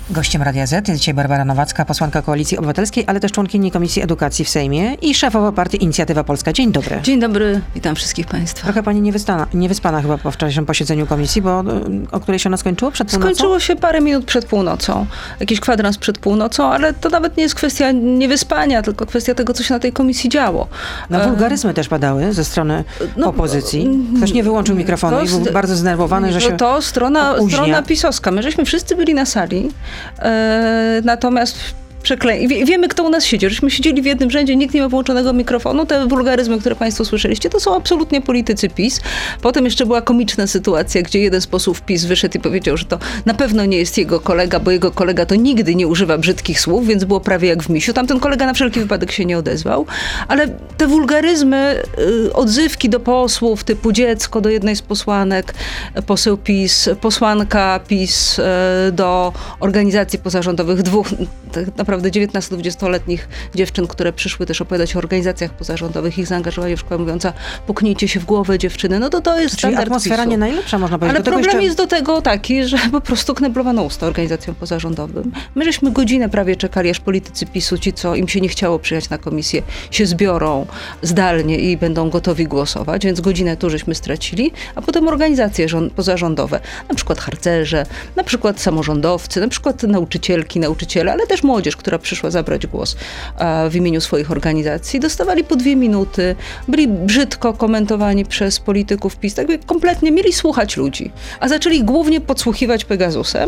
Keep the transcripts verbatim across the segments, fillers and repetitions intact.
Gościem Radia Z jest dzisiaj Barbara Nowacka, posłanka Koalicji Obywatelskiej, ale też członkini Komisji Edukacji w Sejmie i szefowa partii Inicjatywa Polska. Dzień dobry. Dzień dobry, witam wszystkich państwa. Trochę pani niewyspana, niewyspana chyba po wczorajszym posiedzeniu komisji, bo o której się ona skończyło? Przed północą? Skończyło się parę minut przed północą. Jakiś kwadrans przed północą, ale to nawet nie jest kwestia niewyspania, tylko kwestia tego, co się na tej komisji działo. No wulgaryzmy e... też padały ze strony no, opozycji. Ktoś nie wyłączył mikrofonu i był bardzo zdenerwowany, że się To strona, opóźnia. strona pisowska. My żeśmy wszyscy byli na sali. E, natomiast Przekle... Wie, wiemy, kto u nas siedzi. Żeśmy siedzieli w jednym rzędzie, nikt nie ma włączonego mikrofonu. Te wulgaryzmy, które państwo słyszeliście, to są absolutnie politycy PiS. Potem jeszcze była komiczna sytuacja, gdzie jeden z posłów PiS wyszedł i powiedział, że to na pewno nie jest jego kolega, bo jego kolega to nigdy nie używa brzydkich słów, więc było prawie jak w misiu. Tamten kolega na wszelki wypadek się nie odezwał. Ale te wulgaryzmy, y, odzywki do posłów, typu dziecko do jednej z posłanek, poseł PiS, posłanka PiS y, do organizacji pozarządowych, dwóch tak naprawdę dziewiętnasto-dwudziestoletnich dziewczyn, które przyszły też opowiadać o organizacjach pozarządowych, ich zaangażowanie w szkołę, mówiąca puknijcie się w głowę dziewczyny, no to to jest Czyli standard atmosfera PiSu. nie najlepsza, można powiedzieć. Ale do problem tego jeszcze... jest do tego taki, że po prostu kneblowano usta organizacjom pozarządowym. My żeśmy godzinę prawie czekali, aż politycy PiSu, ci co im się nie chciało przyjechać na komisję, się zbiorą zdalnie i będą gotowi głosować, więc godzinę tu żeśmy stracili, a potem organizacje rząd- pozarządowe, na przykład harcerze, na przykład samorządowcy, na przykład nauczycielki, nauczyciele, ale też młodzież, która przyszła zabrać głos a, w imieniu swoich organizacji, dostawali po dwie minuty, byli brzydko komentowani przez polityków PiS, tak jak kompletnie mieli słuchać ludzi, a zaczęli głównie podsłuchiwać Pegasusem,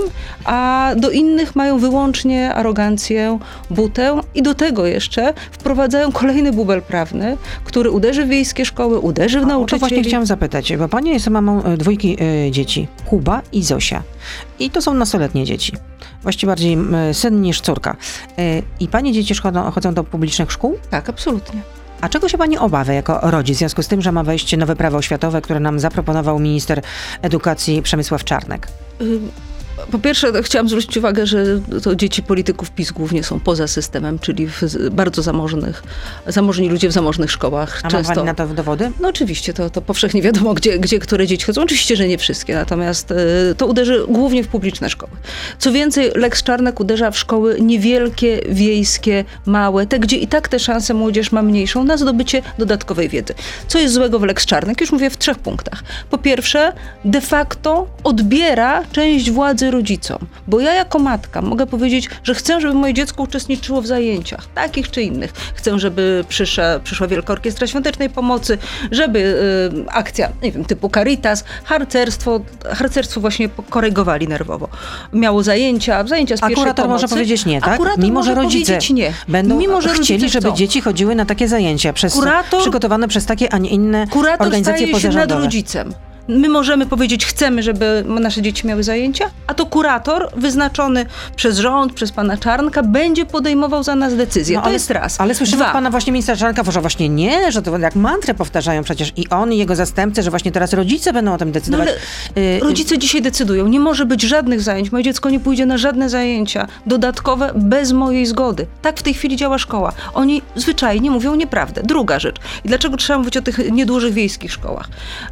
a do innych mają wyłącznie arogancję, butę i do tego jeszcze wprowadzają kolejny bubel prawny, który uderzy w wiejskie szkoły, uderzy w a, nauczycieli. To właśnie chciałam zapytać, bo pani jest mamą dwójki y, dzieci, Kuba i Zosia. I to są nastoletnie dzieci. Właściwie bardziej y, syn niż córka. Y, I pani dzieci chodzą, chodzą do publicznych szkół? Tak, absolutnie. A czego się pani obawia jako rodzic, w związku z tym, że ma wejść nowe prawo oświatowe, które nam zaproponował minister edukacji Przemysław Czarnek? Y- Po pierwsze, chciałam zwrócić uwagę, że to dzieci polityków PiS głównie są poza systemem, czyli w bardzo zamożnych, zamożni ludzie w zamożnych szkołach. A często... ma pani na to dowody? No oczywiście, to, to powszechnie wiadomo, gdzie, gdzie które dzieci chodzą. Oczywiście, że nie wszystkie, natomiast y, to uderzy głównie w publiczne szkoły. Co więcej, Lex Czarnek uderza w szkoły niewielkie, wiejskie, małe, te, gdzie i tak te szanse młodzież ma mniejszą na zdobycie dodatkowej wiedzy. Co jest złego w Lex Czarnek? Już mówię w trzech punktach. Po pierwsze, de facto odbiera część władzy rodzicom. Bo ja jako matka mogę powiedzieć, że chcę, żeby moje dziecko uczestniczyło w zajęciach, takich czy innych. Chcę, żeby przyszła, przyszła Wielka Orkiestra Świątecznej Pomocy, żeby y, akcja, nie wiem, typu Caritas, harcerstwo, harcerstwo właśnie korygowali nerwowo. Miało zajęcia, zajęcia z pierwszej Kurator pomocy. może powiedzieć nie, tak? Kurator Mimo, może że rodzice nie. będą Mimo, że chcieli, rodzice żeby chcą. dzieci chodziły na takie zajęcia przez Kurator, przygotowane przez takie, a nie inne Kurator organizacje staje się pozarządowe. nad rodzicem. My możemy powiedzieć, chcemy, żeby nasze dzieci miały zajęcia, a to kurator wyznaczony przez rząd, przez pana Czarnka będzie podejmował za nas decyzję. No, to ale, jest raz. Ale słyszymy Dwa. od pana właśnie ministra Czarnka, że właśnie nie, że to jak mantrę powtarzają przecież i on, i jego zastępcy, że właśnie teraz rodzice będą o tym decydować. No, y- rodzice dzisiaj decydują. Nie może być żadnych zajęć. Moje dziecko nie pójdzie na żadne zajęcia dodatkowe bez mojej zgody. Tak w tej chwili działa szkoła. Oni zwyczajnie mówią nieprawdę. Druga rzecz. I dlaczego trzeba mówić o tych niedużych wiejskich szkołach,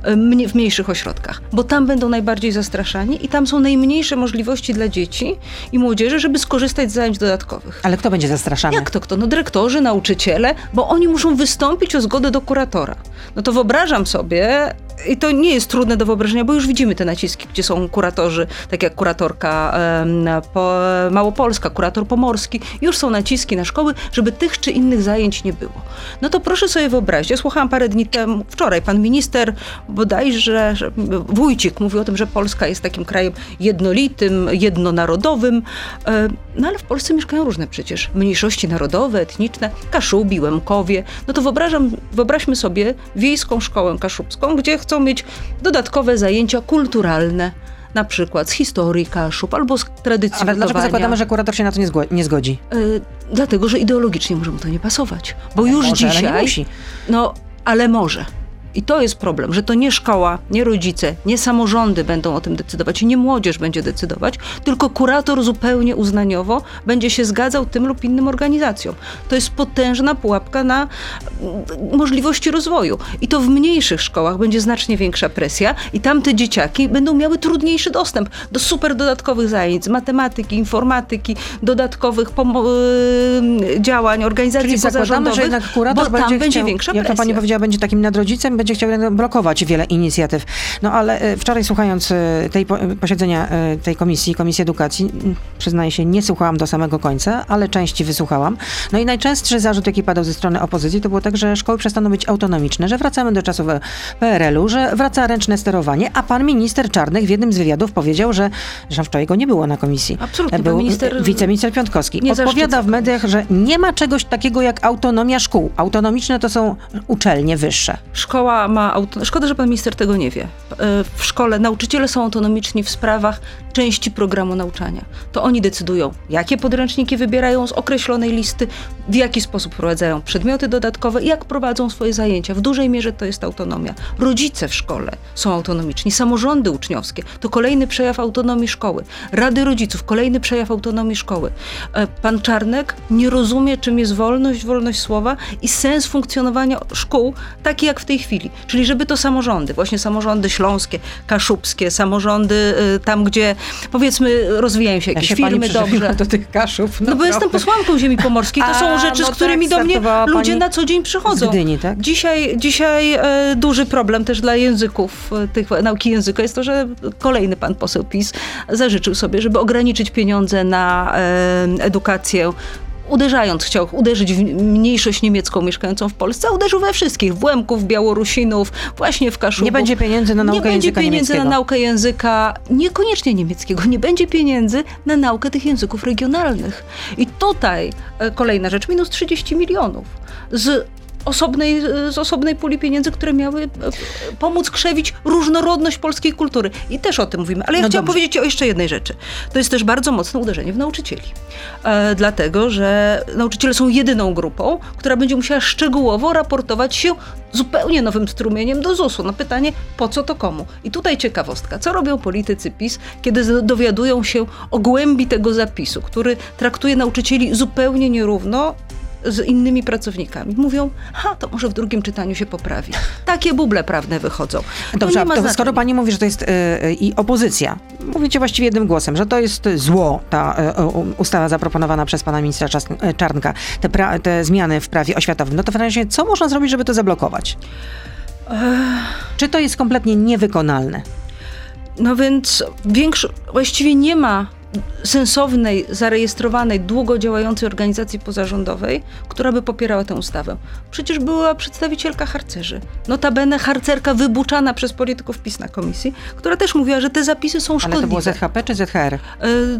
w mniejszych ośrodkach? Bo tam będą najbardziej zastraszani i tam są najmniejsze możliwości dla dzieci i młodzieży, żeby skorzystać z zajęć dodatkowych. Ale kto będzie zastraszany? Jak to kto? No dyrektorzy, nauczyciele, bo oni muszą wystąpić o zgodę do kuratora. No to wyobrażam sobie, i to nie jest trudne do wyobrażenia, bo już widzimy te naciski, gdzie są kuratorzy, tak jak kuratorka um, po, małopolska, kurator pomorski. Już są naciski na szkoły, żeby tych czy innych zajęć nie było. No to proszę sobie wyobrazić, ja słuchałam parę dni temu, wczoraj pan minister bodajże, że Wójcik mówił o tym, że Polska jest takim krajem jednolitym, jednonarodowym, no ale w Polsce mieszkają różne przecież mniejszości narodowe, etniczne, Kaszubi, Łemkowie. No to wyobrażam, wyobraźmy sobie wiejską szkołę kaszubską, gdzie chcą mieć dodatkowe zajęcia kulturalne, na przykład z historii Kaszub albo z tradycji Ale budowania. dlaczego zakładamy, że kurator się na to nie, zgo- nie zgodzi? Yy, dlatego, że ideologicznie może mu to nie pasować. Bo Ale już może, dzisiaj... ale nie musi. No, ale może. I to jest problem, że to nie szkoła, nie rodzice, nie samorządy będą o tym decydować, nie młodzież będzie decydować, tylko kurator zupełnie uznaniowo będzie się zgadzał tym lub innym organizacjom. To jest potężna pułapka na możliwości rozwoju. I to w mniejszych szkołach będzie znacznie większa presja i tam te dzieciaki będą miały trudniejszy dostęp do super dodatkowych zajęć z matematyki, informatyki, dodatkowych pomo- działań, organizacji Czyli zakładamy, pozarządowych, że jednak kurator bo będzie tam będzie chciał, większa jak presja. to pani powiedziała, będzie takim nadrodzicem, będzie chciał blokować wiele inicjatyw. No ale e, wczoraj słuchając e, tej po, posiedzenia e, tej komisji, Komisji Edukacji, m, przyznaję się, nie słuchałam do samego końca, ale części wysłuchałam. No i najczęstszy zarzut, jaki padał ze strony opozycji, to było tak, że szkoły przestaną być autonomiczne, że wracamy do czasów P R L u, że wraca ręczne sterowanie, a pan minister Czarnek w jednym z wywiadów powiedział, że, że wczoraj go nie było na komisji. Absolutnie. Był Minister... wiceminister Piątkowski. Nie Odpowiada w mediach, że nie ma czegoś takiego jak autonomia szkół. Autonomiczne to są uczelnie wyższe. Szkoła ma auto... Szkoda, że pan minister tego nie wie. W szkole nauczyciele są autonomiczni w sprawach części programu nauczania. To oni decydują, jakie podręczniki wybierają z określonej listy, w jaki sposób wprowadzają przedmioty dodatkowe i jak prowadzą swoje zajęcia. W dużej mierze to jest autonomia. Rodzice w szkole są autonomiczni, samorządy uczniowskie to kolejny przejaw autonomii szkoły. Rady rodziców, kolejny przejaw autonomii szkoły. Pan Czarnek nie rozumie, czym jest wolność, wolność słowa i sens funkcjonowania szkół, taki jak w tej chwili. Czyli żeby to samorządy, właśnie samorządy śląskie, kaszubskie, samorządy tam, gdzie powiedzmy rozwijają się jakieś ja się firmy dobrze. do tych Kaszub. No, no bo jestem posłanką ziemi pomorskiej. To A, są rzeczy, no z którymi tak, do mnie ludzie pani na co dzień przychodzą. z Gdyni, tak? Dzisiaj, dzisiaj e, duży problem też dla języków, e, tych nauki języka jest to, że kolejny pan poseł PiS zażyczył sobie, żeby ograniczyć pieniądze na e, edukację, uderzając, chciał uderzyć w mniejszość niemiecką mieszkającą w Polsce, a uderzył we wszystkich, w Łemków, Białorusinów, właśnie w Kaszubów. Nie będzie pieniędzy na naukę języka niemieckiego. Nie będzie pieniędzy na naukę języka, niekoniecznie niemieckiego, nie będzie pieniędzy na naukę tych języków regionalnych. I tutaj e, kolejna rzecz, minus trzydzieści milionów z osobnej, z osobnej puli pieniędzy, które miały pomóc krzewić różnorodność polskiej kultury. I też o tym mówimy. Ale ja no chciałam dobrze. powiedzieć o jeszcze jednej rzeczy. To jest też bardzo mocne uderzenie w nauczycieli. E, dlatego, że nauczyciele są jedyną grupą, która będzie musiała szczegółowo raportować się zupełnie nowym strumieniem do zusu. Na pytanie, po co to komu? I tutaj ciekawostka. Co robią politycy PiS, kiedy dowiadują się o głębi tego zapisu, który traktuje nauczycieli zupełnie nierówno z innymi pracownikami. Mówią, ha, to może w drugim czytaniu się poprawi. Takie buble prawne wychodzą. Dobrze, to nie ma to skoro pani mówi, że to jest y, y, i opozycja, mówicie właściwie jednym głosem, że to jest zło, ta y, ustawa zaproponowana przez pana ministra Czas, y, Czarnka, te, pra, te zmiany w prawie oświatowym, no to w razie co można zrobić, żeby to zablokować? Ech. Czy to jest kompletnie niewykonalne? No więc większo- właściwie nie ma sensownej, zarejestrowanej, długo działającej organizacji pozarządowej, która by popierała tę ustawę. Przecież była przedstawicielka harcerzy. Notabene harcerka wybuczana przez polityków PiS na komisji, która też mówiła, że te zapisy są szkodliwe. Ale to było Z H P czy Z H R? Y-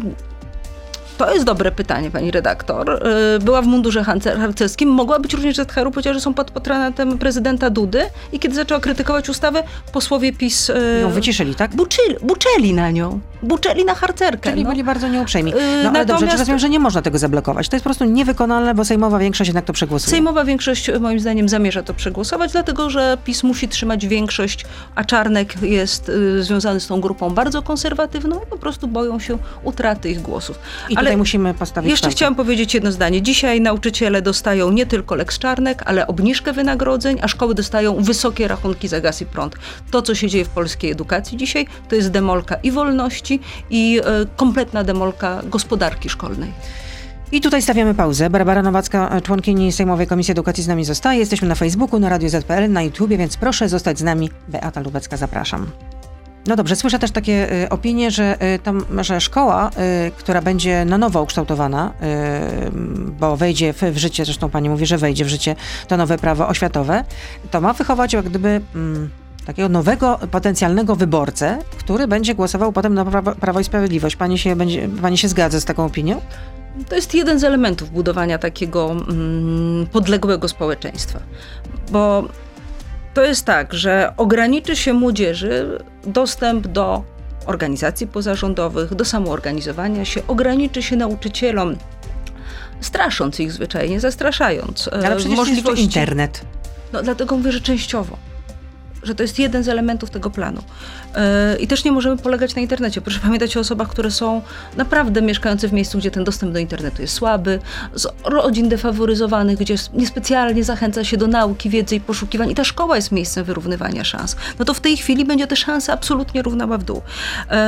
To jest dobre pytanie, pani redaktor. Była w mundurze harcerskim. Mogła być również Z H R u, powiedziała, że są pod patronatem prezydenta Dudy i kiedy zaczęła krytykować ustawę, posłowie PiS ją wyciszyli, tak? Buczyli, buczeli na nią. Buczeli na harcerkę. Czyli no. byli bardzo nieuprzejmi. No ale Natomiast... dobrze, czy rozumiem, że nie można tego zablokować? To jest po prostu niewykonalne, bo sejmowa większość jednak to przegłosuje. Sejmowa większość moim zdaniem zamierza to przegłosować, dlatego że PiS musi trzymać większość, a Czarnek jest y, związany z tą grupą bardzo konserwatywną i po prostu boją się utraty ich głosów. I tutaj ale musimy postawić Jeszcze sztankę. chciałam powiedzieć jedno zdanie. Dzisiaj nauczyciele dostają nie tylko Lex Czarnek, ale obniżkę wynagrodzeń, a szkoły dostają wysokie rachunki za gaz i prąd. To, co się dzieje w polskiej edukacji dzisiaj, to jest demolka i wolności, i y, kompletna demolka gospodarki szkolnej. I tutaj stawiamy pauzę. Barbara Nowacka, członkini Sejmowej Komisji Edukacji z nami zostaje. Jesteśmy na Facebooku, na Radio Z P L, na YouTubie, więc proszę zostać z nami. Beata Lubecka, zapraszam. No dobrze, słyszę też takie y, opinie, że, y, tam, że szkoła, y, która będzie na nowo ukształtowana, y, bo wejdzie w, w życie, zresztą pani mówi, że wejdzie w życie to nowe prawo oświatowe, to ma wychować jak gdyby mm, takiego nowego, potencjalnego wyborcę, który będzie głosował potem na Prawo, Prawo i Sprawiedliwość. Pani się, będzie, pani się zgadza z taką opinią? To jest jeden z elementów budowania takiego mm, podległego społeczeństwa. Bo to jest tak, że ograniczy się młodzieży dostęp do organizacji pozarządowych, do samoorganizowania się, ograniczy się nauczycielom, strasząc ich zwyczajnie, zastraszając. Ale przecież możliwości. jest to internet. No dlatego mówię, że częściowo. że to jest jeden z elementów tego planu. Yy, I też nie możemy polegać na internecie. Proszę pamiętać o osobach, które są naprawdę mieszkające w miejscu, gdzie ten dostęp do internetu jest słaby, z rodzin defaworyzowanych, gdzie niespecjalnie zachęca się do nauki, wiedzy i poszukiwań i ta szkoła jest miejscem wyrównywania szans. No to w tej chwili będzie te szanse absolutnie równała w dół. Yy,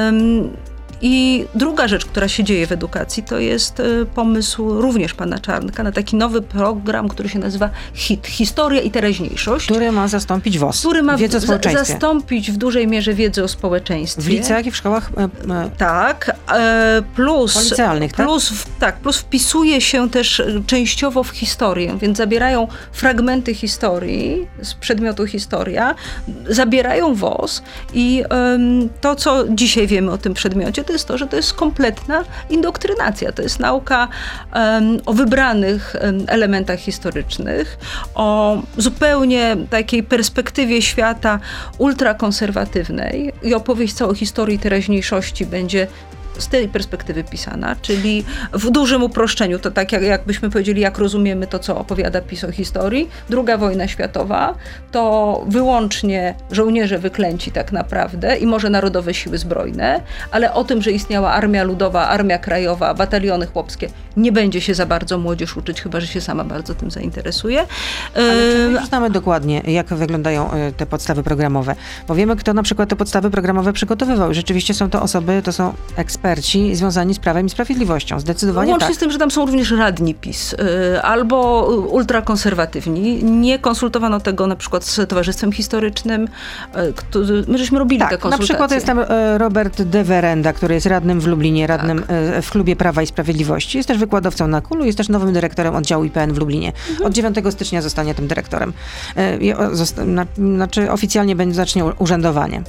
I druga rzecz, która się dzieje w edukacji, to jest pomysł również pana Czarnka na taki nowy program, który się nazywa HIT, Historia i Teraźniejszość. Który ma zastąpić W O S, który ma wiedzę o społeczeństwie. zastąpić w dużej mierze wiedzę o społeczeństwie. W liceach i w szkołach e, e, Tak, e, plus, policealnych, plus, tak? W, tak, plus wpisuje się też częściowo w historię, więc zabierają fragmenty historii z przedmiotu historia, zabierają W O S i um, to, co dzisiaj wiemy o tym przedmiocie, to jest to, że to jest kompletna indoktrynacja. To jest nauka um, o wybranych um, elementach historycznych, o zupełnie takiej perspektywie świata ultrakonserwatywnej i opowieść całej historii teraźniejszości będzie z tej perspektywy pisana, czyli w dużym uproszczeniu, to tak jak, jakbyśmy powiedzieli, jak rozumiemy to, co opowiada PiS o historii. Druga wojna światowa to wyłącznie żołnierze wyklęci tak naprawdę i może narodowe siły zbrojne, ale o tym, że istniała armia ludowa, armia krajowa, bataliony chłopskie, nie będzie się za bardzo młodzież uczyć, chyba że się sama bardzo tym zainteresuje. Ale czy my już znamy dokładnie, jak wyglądają te podstawy programowe? Bo wiemy, kto na przykład te podstawy programowe przygotowywał. Rzeczywiście są to osoby, to są eksperci związani z Prawem i Sprawiedliwością. Zdecydowanie Łącznie tak. z tym, że tam są również radni PiS y, albo ultrakonserwatywni. Nie konsultowano tego na przykład z Towarzystwem Historycznym. Y, który, my żeśmy robili tak, te konsultacje. Na przykład jest tam y, Robert de Verenda, który jest radnym w Lublinie, radnym tak. y, w Klubie Prawa i Sprawiedliwości. Jest też wykładowcą na K U L-u, jest też nowym dyrektorem oddziału I P N w Lublinie. Mhm. Od dziewiątego stycznia zostanie tym dyrektorem. Y, zosta- na, znaczy oficjalnie będzie zacznie urzędowanie.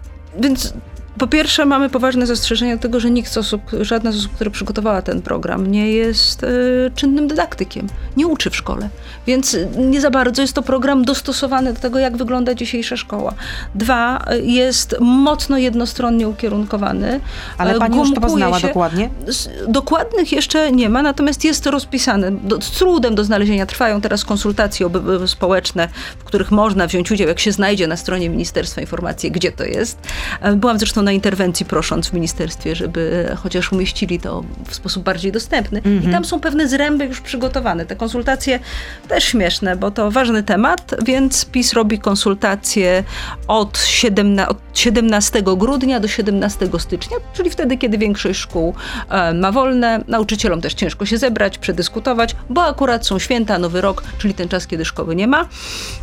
Więc po pierwsze mamy poważne zastrzeżenia do tego, że nikt z osób, żadna z osób, która przygotowała ten program, nie jest y, czynnym dydaktykiem. Nie uczy w szkole. Więc nie za bardzo jest to program dostosowany do tego, jak wygląda dzisiejsza szkoła. Dwa, jest mocno jednostronnie ukierunkowany. Ale pani już to poznała dokładnie? Dokładnych jeszcze nie ma, natomiast jest to rozpisane. Do, z trudem do znalezienia trwają teraz konsultacje oby, społeczne, w których można wziąć udział, jak się znajdzie na stronie Ministerstwa informacje, gdzie to jest. Byłam zresztą na interwencji, prosząc w ministerstwie, żeby chociaż umieścili to w sposób bardziej dostępny. Mm-hmm. I tam są pewne zręby już przygotowane. Te konsultacje też śmieszne, bo to ważny temat, więc PiS robi konsultacje od, siedemna- od siedemnastego grudnia do siedemnastego stycznia, czyli wtedy, kiedy większość szkół e, ma wolne. Nauczycielom też ciężko się zebrać, przedyskutować, bo akurat są święta, Nowy Rok, czyli ten czas, kiedy szkoły nie ma.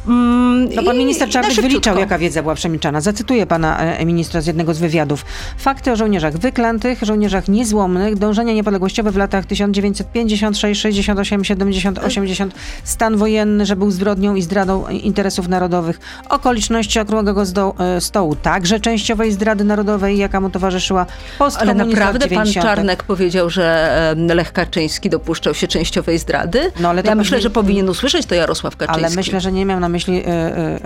Mm, no pan minister Czarnek wyliczał, jaka wiedza była przemilczana. Zacytuję pana e, ministra z jednego z wywiadów. Fakty o żołnierzach wyklętych, żołnierzach niezłomnych, dążenia niepodległościowe w latach tysiąc dziewięćset pięćdziesiąt sześć, sześćdziesiąt osiem, siedemdziesiąt, osiemdziesiąt, stan wojenny, że był zbrodnią i zdradą interesów narodowych, okoliczności okrągłego stołu, także częściowej zdrady narodowej, jaka mu towarzyszyła, postkomunizm. Ale naprawdę pan Czarnek powiedział, że Lech Kaczyński dopuszczał się częściowej zdrady? No, ale ja myślę, pewnie, że powinien usłyszeć to Jarosław Kaczyński. Ale myślę, że nie miał na myśli y,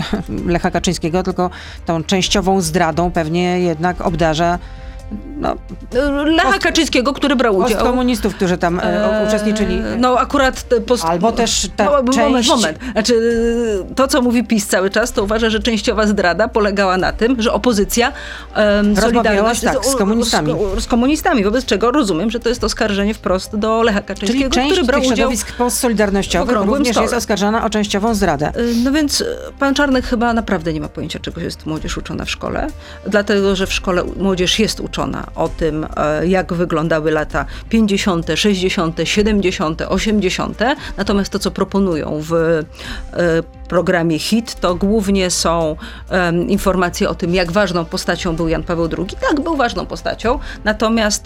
y, Lecha Kaczyńskiego, tylko tą częściową zdradą pewnie jednak obdarza no, Lecha post, Kaczyńskiego, który brał udział. Postkomunistów, którzy tam e, uczestniczyli. No akurat... Post... Albo też ta no, część... Moment, moment. Znaczy, to, co mówi PiS cały czas, to uważa, że częściowa zdrada polegała na tym, że opozycja um, rozmawiała tak, z komunistami. Z, z komunistami, wobec czego rozumiem, że to jest oskarżenie wprost do Lecha Kaczyńskiego, Czyli część który brał tych udział środowisk postsolidarnościowych również stole. Jest oskarżana o częściową zdradę. No więc pan Czarnek chyba naprawdę nie ma pojęcia, czego jest młodzież uczona w szkole, dlatego, że w szkole młodzież jest uczona o tym, jak wyglądały lata pięćdziesiąte, sześćdziesiąte, siedemdziesiąte, osiemdziesiąte. Natomiast to, co proponują w programie HIT, to głównie są um, informacje o tym, jak ważną postacią był Jan Paweł drugi. Tak, był ważną postacią, natomiast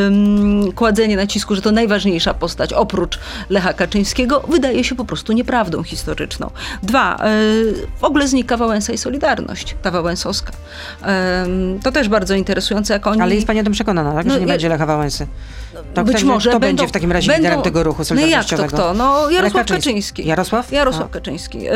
um, kładzenie nacisku, że to najważniejsza postać oprócz Lecha Kaczyńskiego, wydaje się po prostu nieprawdą historyczną. Dwa, y, w ogóle znika Wałęsa i Solidarność, ta wałęsowska. Um, to też bardzo interesujące, jak oni... Ale jest pani o tym przekonana, tak? Że no, nie ja... będzie Lecha Wałęsy? To Być kto, może kto będą, będzie w takim razie będą, liderem tego ruchu solidarnościowego? No jak to kto? No Jarosław Kaczyński. Jarosław? Jarosław A. Kaczyński. Yy,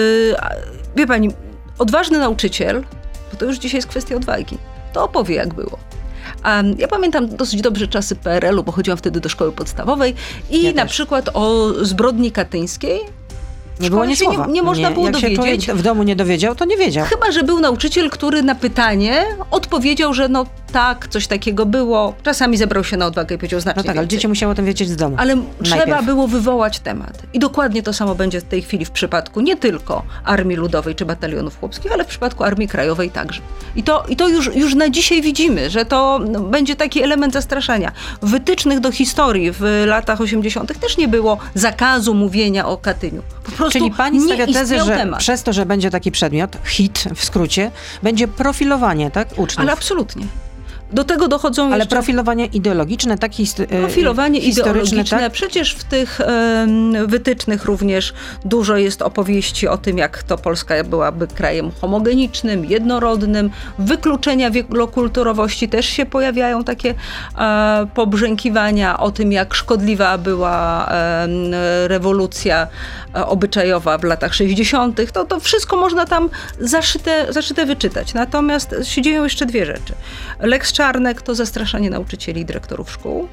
wie pani, odważny nauczyciel, bo to już dzisiaj jest kwestia odwagi, to opowie, jak było. Um, ja pamiętam dosyć dobrze czasy P R L u, bo chodziłam wtedy do szkoły podstawowej i ja na też. przykład o zbrodni katyńskiej Nie było nie słowa. Nie, nie można nie, było jak dowiedzieć. Jak się człowiek w domu nie dowiedział, to nie wiedział. Chyba że był nauczyciel, który na pytanie odpowiedział, że no tak, coś takiego było. Czasami zebrał się na odwagę i powiedział znacznie No tak, ale więcej. dzieci musiały o tym wiedzieć z domu. Ale Najpierw. trzeba było wywołać temat. I dokładnie to samo będzie w tej chwili w przypadku nie tylko Armii Ludowej czy Batalionów Chłopskich, ale w przypadku Armii Krajowej także. I to, i to już, już na dzisiaj widzimy, że to no, będzie taki element zastraszania. W wytycznych do historii w latach osiemdziesiątych też nie było zakazu mówienia o Katyniu. Po prostu Czyli pani nie stawia tezę, że temat. przez to, że będzie taki przedmiot, hit w skrócie, będzie profilowanie, tak, uczniów. Ale absolutnie. Do tego dochodzą Ale jeszcze... profilowanie ideologiczne, tak histy- Profilowanie historyczne, ideologiczne. tak? Przecież w tych um, wytycznych również dużo jest opowieści o tym, jak to Polska byłaby krajem homogenicznym, jednorodnym. Wykluczenia wielokulturowości też się pojawiają takie e, pobrzękiwania o tym, jak szkodliwa była e, rewolucja e, obyczajowa w latach sześćdziesiątych. To, to wszystko można tam zaszyte, zaszyte wyczytać. Natomiast się dzieją jeszcze dwie rzeczy. Lex Czarnek to zastraszanie nauczycieli i dyrektorów szkół.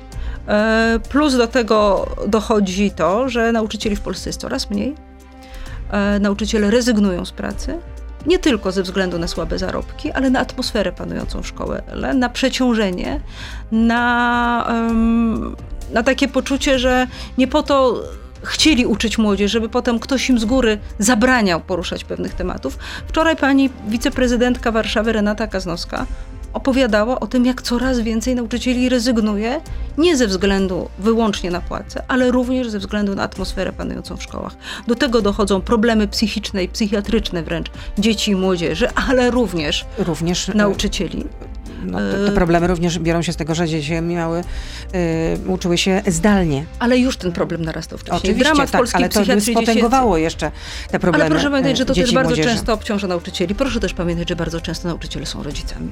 Plus do tego dochodzi to, że nauczycieli w Polsce jest coraz mniej. Nauczyciele rezygnują z pracy. Nie tylko ze względu na słabe zarobki, ale na atmosferę panującą w szkole, na przeciążenie, na, um, na takie poczucie, że nie po to chcieli uczyć młodzież, żeby potem ktoś im z góry zabraniał poruszać pewnych tematów. Wczoraj pani wiceprezydentka Warszawy Renata Kaznowska opowiadała o tym, jak coraz więcej nauczycieli rezygnuje, nie ze względu wyłącznie na płacę, ale również ze względu na atmosferę panującą w szkołach. Do tego dochodzą problemy psychiczne i psychiatryczne wręcz dzieci i młodzieży, ale również, również nauczycieli. No, te, te problemy również biorą się z tego, że dzieci miały, y, uczyły się zdalnie. Ale już ten problem narastał wcześniej. Oczywiście, Dramat tak, polskiej ale to by spotęgowało jeszcze te problemy. Ale proszę pamiętać, że to też bardzo młodzieży. często obciąża nauczycieli. Proszę też pamiętać, że bardzo często nauczyciele są rodzicami.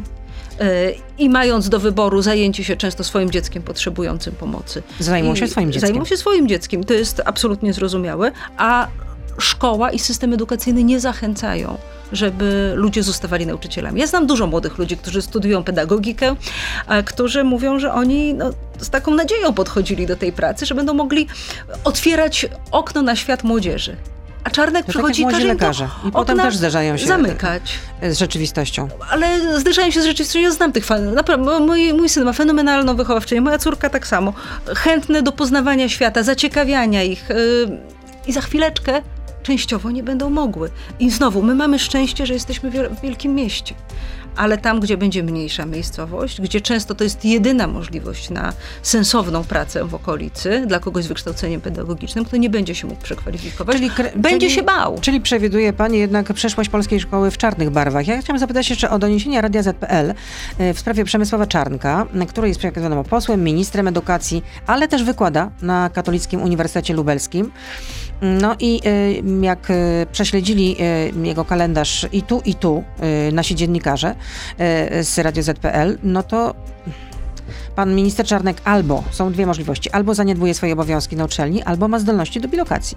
I mając do wyboru zajęcie się często swoim dzieckiem potrzebującym pomocy. Zajmą się swoim dzieckiem. Zajmą się swoim dzieckiem. To jest absolutnie zrozumiałe. A szkoła i system edukacyjny nie zachęcają, żeby ludzie zostawali nauczycielami. Ja znam dużo młodych ludzi, którzy studiują pedagogikę, a którzy mówią, że oni no, z taką nadzieją podchodzili do tej pracy, że będą mogli otwierać okno na świat młodzieży. A Czarnek to przychodzi tak i każe im lekarze. I potem też zdarzają się zamykać. z rzeczywistością. Ale zdarzają się z rzeczywistością. Ja znam tych fanów. Naprawdę, mój, mój syn ma fenomenalną wychowawczynię, moja córka tak samo. Chętne do poznawania świata, zaciekawiania ich. Yy, I za chwileczkę częściowo nie będą mogły. I znowu, my mamy szczęście, że jesteśmy w wielkim mieście. Ale tam, gdzie będzie mniejsza miejscowość, gdzie często to jest jedyna możliwość na sensowną pracę w okolicy dla kogoś z wykształceniem pedagogicznym, kto nie będzie się mógł przekwalifikować, czyli, będzie czyli, się bał. Czyli przewiduje pani jednak przeszłość polskiej szkoły w czarnych barwach. Ja chciałam zapytać jeszcze o doniesienia Radia Z P L w sprawie Przemysława Czarnka, który jest wiadomo posłem, ministrem edukacji, ale też wykłada na Katolickim Uniwersytecie Lubelskim. No i jak prześledzili jego kalendarz i tu, i tu nasi dziennikarze z Radio Z P L, no to pan minister Czarnek albo, są dwie możliwości, albo zaniedbuje swoje obowiązki na uczelni, albo ma zdolności do bilokacji.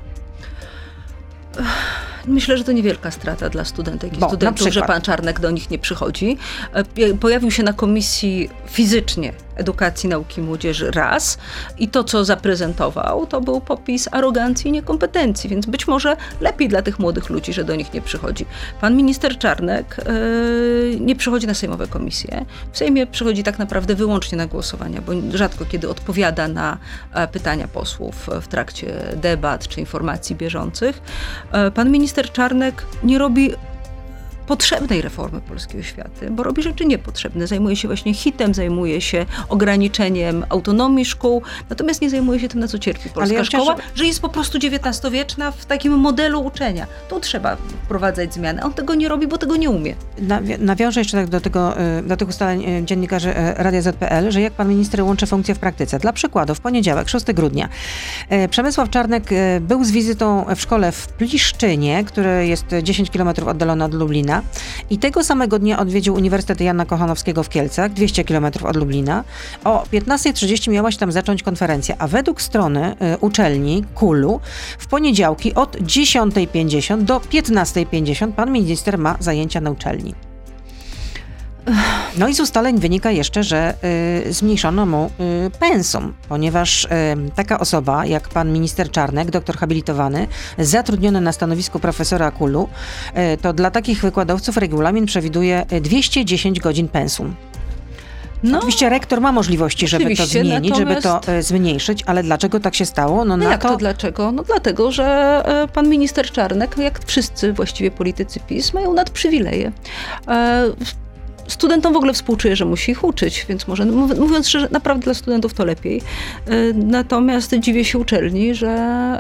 Myślę, że to niewielka strata dla studentek i Bo, studentów, że pan Czarnek do nich nie przychodzi. Pojawił się na Komisji Fizycznie Edukacji, Nauki i Młodzieży raz i to, co zaprezentował, to był popis arogancji i niekompetencji, więc być może lepiej dla tych młodych ludzi, że do nich nie przychodzi. Pan minister Czarnek yy, nie przychodzi na sejmowe komisje. W Sejmie przychodzi tak naprawdę wyłącznie na głosowania, bo rzadko kiedy odpowiada na pytania posłów w trakcie debat czy informacji bieżących. Pan minister Czarnek nie robi potrzebnej reformy polskiej oświaty, bo robi rzeczy niepotrzebne. Zajmuje się właśnie hitem, zajmuje się ograniczeniem autonomii szkół, natomiast nie zajmuje się tym, na co cierpi polska ja szkoła, że... że jest po prostu dziewiętnastowieczna w takim modelu uczenia. Tu trzeba wprowadzać zmiany. On tego nie robi, bo tego nie umie. Nawi- nawiążę jeszcze tak do, tego, do tych ustaleń dziennikarzy Radia Z P L, że jak pan minister łączy funkcje w praktyce. Dla przykładu, w poniedziałek, szóstego grudnia, Przemysław Czarnek był z wizytą w szkole w Pliszczynie, które jest dziesięć kilometrów oddalone od Lublina. I tego samego dnia odwiedził Uniwersytet Jana Kochanowskiego w Kielcach, dwieście kilometrów od Lublina. O piętnasta trzydzieści miała się tam zacząć konferencja, a według strony y, uczelni Kulu w poniedziałki od dziesiąta pięćdziesiąt do piętnasta pięćdziesiąt pan minister ma zajęcia na uczelni. No i z ustaleń wynika jeszcze, że y, zmniejszono mu y, pensum, ponieważ y, taka osoba jak pan minister Czarnek, doktor habilitowany, zatrudniony na stanowisku profesora Kulu, y, to dla takich wykładowców regulamin przewiduje dwieście dziesięć godzin pensum. No, oczywiście rektor ma możliwości, żeby to zmienić, natomiast... żeby to e, zmniejszyć, ale dlaczego tak się stało? No, no na jak to... to dlaczego? No dlatego, że e, pan minister Czarnek, jak wszyscy właściwie politycy PiS, mają nadprzywileje. E, Studentom w ogóle współczuję, że musi ich uczyć, więc może, mówiąc szczerze, naprawdę dla studentów to lepiej. Natomiast dziwię się uczelni, że,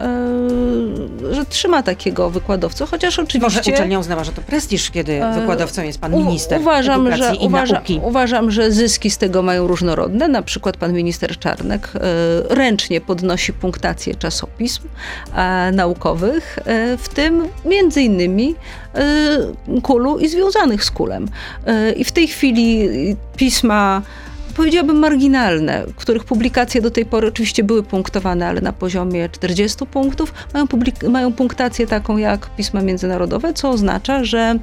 że trzyma takiego wykładowcę, chociaż oczywiście... Może uczelnia uznała, że to prestiż, kiedy wykładowcą jest pan minister uważam, edukacji że, i uważa, nauki. Uważam, że zyski z tego mają różnorodne. Na przykład pan minister Czarnek ręcznie podnosi punktację czasopism naukowych, w tym między innymi Kulu i związanych z Kulem. I w tej chwili pisma, powiedziałabym marginalne, których publikacje do tej pory oczywiście były punktowane, ale na poziomie czterdziestu punktów, mają, publik- mają punktację taką jak pisma międzynarodowe, co oznacza, że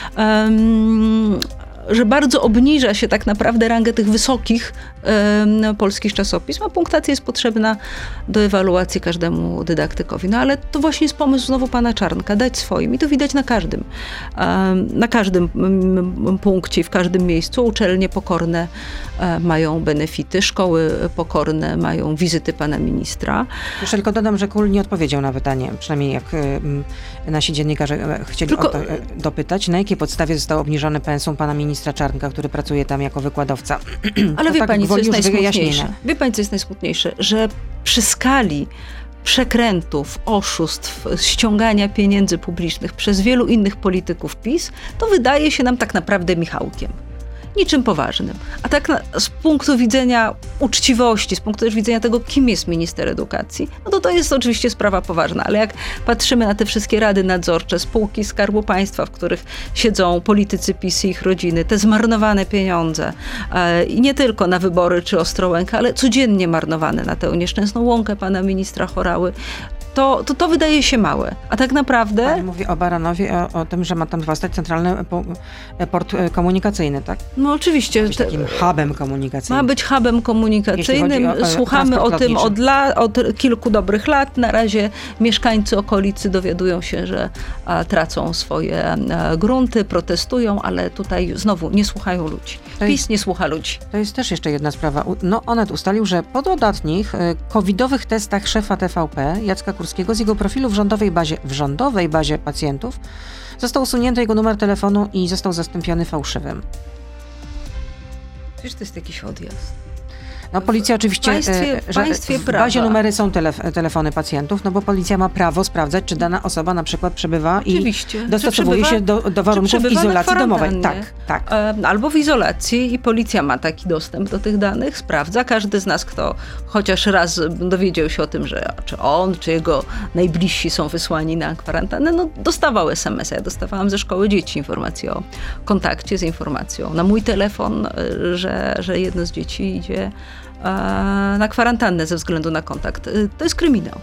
um, że bardzo obniża się tak naprawdę rangę tych wysokich e, polskich czasopism, a punktacja jest potrzebna do ewaluacji każdemu dydaktykowi. No ale to właśnie jest pomysł znowu pana Czarnka, dać swoim i to widać na każdym, e, na każdym m, punkcie, w każdym miejscu. Uczelnie pokorne e, mają benefity, szkoły pokorne mają wizyty pana ministra. Jeszcze tylko dodam, że Kul nie odpowiedział na pytanie, przynajmniej jak y, nasi dziennikarze chcieli tylko... o to y, dopytać, na jakiej podstawie zostało obniżone pensum pana ministra ministra Czarnka, który pracuje tam jako wykładowca. Ale wie tak pani, co jest najsmutniejsze? Wyjaśnienia. Wie pani, co jest najsmutniejsze? Że przy skali przekrętów, oszustw, ściągania pieniędzy publicznych przez wielu innych polityków PiS, to wydaje się nam tak naprawdę Michałkiem. Niczym poważnym. A tak na, z punktu widzenia uczciwości, z punktu też widzenia tego, kim jest minister edukacji, no to to jest oczywiście sprawa poważna, ale jak patrzymy na te wszystkie rady nadzorcze, spółki Skarbu Państwa, w których siedzą politycy PiS i ich rodziny, te zmarnowane pieniądze e, i nie tylko na wybory czy Ostrołękę, ale codziennie marnowane na tę nieszczęsną łąkę pana ministra Horały, To, to, to wydaje się małe. A tak naprawdę... Pani mówi o Baranowie, o, o tym, że ma tam powstać centralny po, port komunikacyjny, tak? No oczywiście. Ma być takim hubem komunikacyjnym. Ma być hubem komunikacyjnym. O, Słuchamy o tym od, la, od kilku dobrych lat. Na razie mieszkańcy okolicy dowiadują się, że a, tracą swoje a, grunty, protestują, ale tutaj znowu nie słuchają ludzi. To PiS jest, nie słucha ludzi. To jest też jeszcze jedna sprawa. No, Onet ustalił, że po dodatnich covidowych testach szefa T V P, Jacka Kurskiego, z jego profilu w rządowej bazie, w rządowej bazie pacjentów został usunięty jego numer telefonu i został zastąpiony fałszywym. Przecież to jest jakiś odjazd. No policja oczywiście, w państwie, że państwie w bazie prawa. numery są telef- telefony pacjentów, no bo policja ma prawo sprawdzać, czy dana osoba na przykład przebywa Oczywiście. i dostosowuje przebywa, się do, do warunków izolacji domowej. Tak, tak. Albo w izolacji i policja ma taki dostęp do tych danych, sprawdza. Każdy z nas, kto chociaż raz dowiedział się o tym, że czy on, czy jego najbliżsi są wysłani na kwarantannę, no dostawał es em es a. Ja dostawałam ze szkoły dzieci informację o kontakcie z informacją na mój telefon, że, że jedno z dzieci idzie na kwarantannę ze względu na kontakt. To jest kryminał.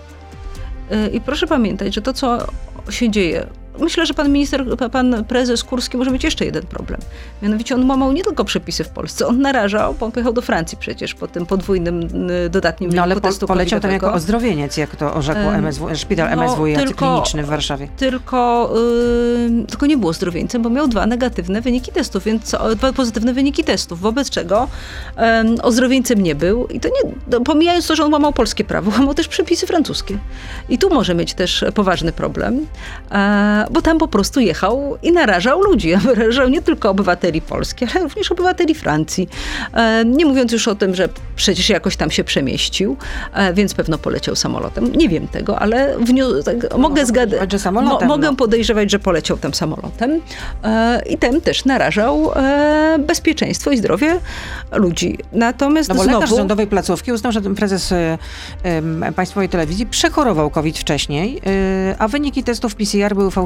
I proszę pamiętać, że to, co się dzieje, myślę, że pan minister, pan prezes Kurski może mieć jeszcze jeden problem. Mianowicie on łamał nie tylko przepisy w Polsce, on narażał, bo on pojechał do Francji przecież po tym podwójnym dodatnim no, ale testu po, poleciał tam jako ozdrowieniec, jak to orzekło M S W, szpital no, M S W i tylko, kliniczny w Warszawie. Tylko, yy, tylko nie był ozdrowieńcem, bo miał dwa negatywne wyniki testów, więc dwa pozytywne wyniki testów, wobec czego yy, ozdrowieńcem nie był. I to nie, pomijając to, że on łamał polskie prawo, łamał też przepisy francuskie. I tu może mieć też poważny problem. Yy, bo tam po prostu jechał i narażał ludzi. Narażał nie tylko obywateli Polski, ale również obywateli Francji. Nie mówiąc już o tym, że przecież jakoś tam się przemieścił, więc pewno poleciał samolotem. Nie wiem tego, ale wniu- tak, no, mogę zgadać, że mo- mogę no. podejrzewać, że poleciał tam samolotem i tem też narażał bezpieczeństwo i zdrowie ludzi. Natomiast no bo znowu... lekarz z rządowej placówki uznał, że ten prezes um, państwowej telewizji przechorował COVID wcześniej, a wyniki testów P C R były fałszywe.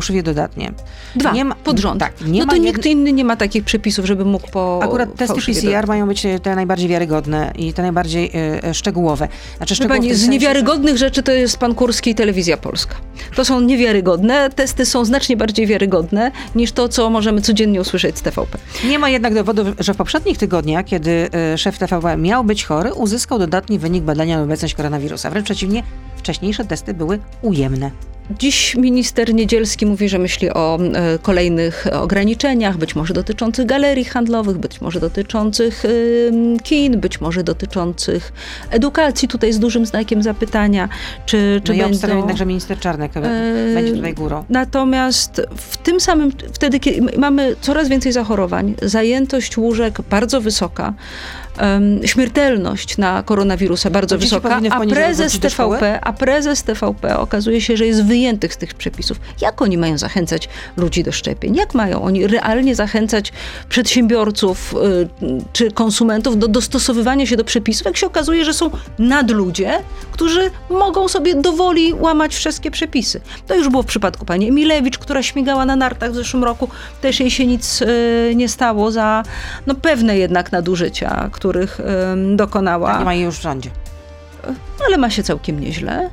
fałszywie dodatnie. Dwa, nie ma, pod rząd. Tak, nie no ma to jed... nikt inny nie ma takich przepisów, żeby mógł po Akurat testy P C R dodatnie. mają być te najbardziej wiarygodne i te najbardziej y, szczegółowe. Znaczy, Wie pani, w tym z sensie, niewiarygodnych że... rzeczy to jest pan Kurski i Telewizja Polska. To są niewiarygodne. Testy są znacznie bardziej wiarygodne niż to, co możemy codziennie usłyszeć z T V P. Nie ma jednak dowodów, że w poprzednich tygodniach, kiedy y, szef T V P miał być chory, uzyskał dodatni wynik badania na obecność koronawirusa. Wręcz przeciwnie, wcześniejsze testy były ujemne. Dziś minister Niedzielski mówi, że myśli o e, kolejnych ograniczeniach, być może dotyczących galerii handlowych, być może dotyczących e, kin, być może dotyczących edukacji. Tutaj z dużym znakiem zapytania, czy, czy no ja będą... obstawiam jednak, że minister Czarnek e... będzie tutaj górą. Natomiast w tym samym, wtedy kiedy mamy coraz więcej zachorowań, zajętość łóżek bardzo wysoka, um, śmiertelność na koronawirusa bardzo Dzieci wysoka, powinny w a poniedziałek prezes wrócić do szkoły? T V P, a prezes T V P okazuje się, że jest wyjętych z tych przepisów. Jak oni mają zachęcać ludzi do szczepień? Jak mają oni realnie zachęcać przedsiębiorców y, czy konsumentów do dostosowywania się do przepisów, jak się okazuje, że są nadludzie, którzy mogą sobie dowoli łamać wszystkie przepisy. To już było w przypadku pani Emilewicz, która śmigała na nartach w zeszłym roku. Też jej się nic y, nie stało za no, pewne jednak nadużycia, których y, dokonała. Tak, nie ma jej już w rządzie. Ale ma się całkiem nieźle.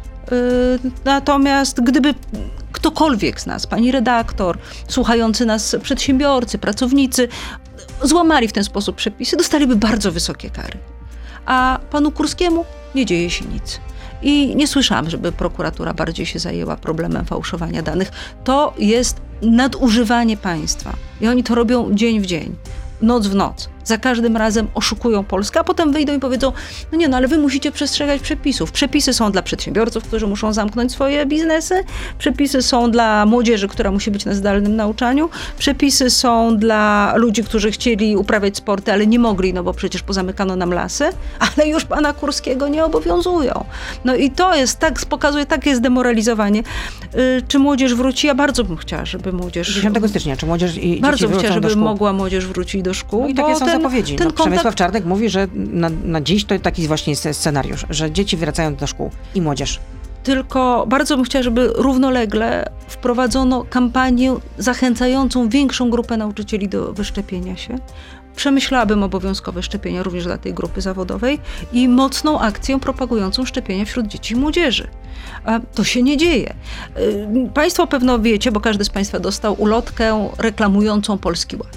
Natomiast gdyby ktokolwiek z nas, pani redaktor, słuchający nas przedsiębiorcy, pracownicy, złamali w ten sposób przepisy, dostaliby bardzo wysokie kary. A panu Kurskiemu nie dzieje się nic. I nie słyszałam, żeby prokuratura bardziej się zajęła problemem fałszowania danych. To jest nadużywanie państwa. I oni to robią dzień w dzień, noc w noc. Za każdym razem oszukują Polskę, a potem wyjdą i powiedzą, no nie, no ale wy musicie przestrzegać przepisów. Przepisy są dla przedsiębiorców, którzy muszą zamknąć swoje biznesy. Przepisy są dla młodzieży, która musi być na zdalnym nauczaniu. Przepisy są dla ludzi, którzy chcieli uprawiać sporty, ale nie mogli, no bo przecież pozamykano nam lasy, ale już pana Kurskiego nie obowiązują. No i to jest, tak pokazuje takie zdemoralizowanie. Yy, czy młodzież wróci? Ja bardzo bym chciała, żeby młodzież... dziesiątego stycznia, czy młodzież i Bardzo dzieci bym chciała, żeby do szkół? mogła młodzież wrócić do szkół. No i takie są ten, zapowiedzi. ten No, Przemysław kontakt... Czarnek mówi, że na, na dziś to taki właśnie jest scenariusz, że dzieci wracają do szkół i młodzież. Tylko bardzo bym chciała, żeby równolegle wprowadzono kampanię zachęcającą większą grupę nauczycieli do wyszczepienia się. Przemyślałabym obowiązkowe szczepienia również dla tej grupy zawodowej i mocną akcję propagującą szczepienia wśród dzieci i młodzieży. A to się nie dzieje. Państwo pewno wiecie, bo każdy z Państwa dostał ulotkę reklamującą Polski Ład.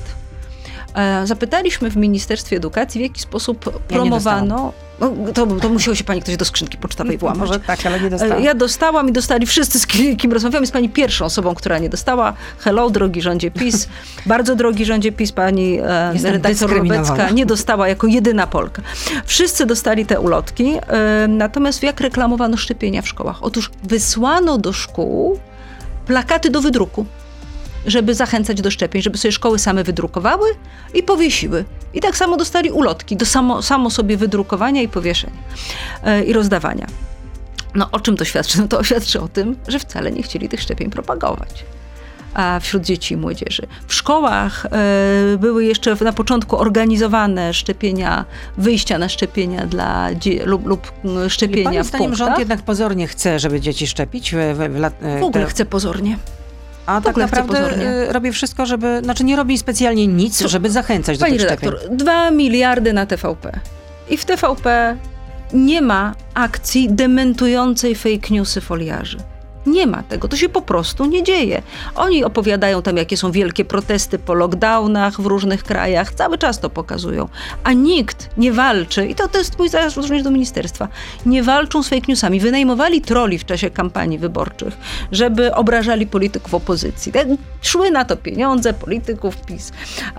Zapytaliśmy w Ministerstwie Edukacji, w jaki sposób promowano... Ja no, to, to musiał się pani ktoś do skrzynki pocztowej włamać. Może tak, ale nie dostałam. Ja dostałam i dostali wszyscy, z kim rozmawiam. Jest pani pierwszą osobą, która nie dostała. Hello, drogi rządzie PiS. Bardzo drogi rządzie PiS, pani e, redaktor Lubecka nie dostała jako jedyna Polka. Wszyscy dostali te ulotki. E, natomiast jak reklamowano szczepienia w szkołach? Otóż wysłano do szkół plakaty do wydruku, żeby zachęcać do szczepień, żeby sobie szkoły same wydrukowały i powiesiły. I tak samo dostali ulotki do samo, samo sobie wydrukowania i powieszenia yy, i rozdawania. No o czym to świadczy? No to świadczy o tym, że wcale nie chcieli tych szczepień propagować. A wśród dzieci i młodzieży. W szkołach y, były jeszcze na początku organizowane szczepienia, wyjścia na szczepienia dla dzie- lub, lub szczepienia Pani w zdaniem punktach. rząd jednak pozornie chce, żeby dzieci szczepić? W, w, w, lat, W ogóle te... chce pozornie. A tak naprawdę robi wszystko, żeby, znaczy nie robi specjalnie nic, Co? żeby zachęcać Pani do tych redaktor, szczepień. dwa miliardy na T V P. I w T V P nie ma akcji dementującej fake newsy foliarzy. Nie ma tego, to się po prostu nie dzieje. Oni opowiadają tam, jakie są wielkie protesty po lockdownach w różnych krajach, cały czas to pokazują. A nikt nie walczy, i to, to jest mój zarzut również do ministerstwa, nie walczą z fake newsami. Wynajmowali troli w czasie kampanii wyborczych, żeby obrażali polityków opozycji. Tak? Szły na to pieniądze polityków PiS.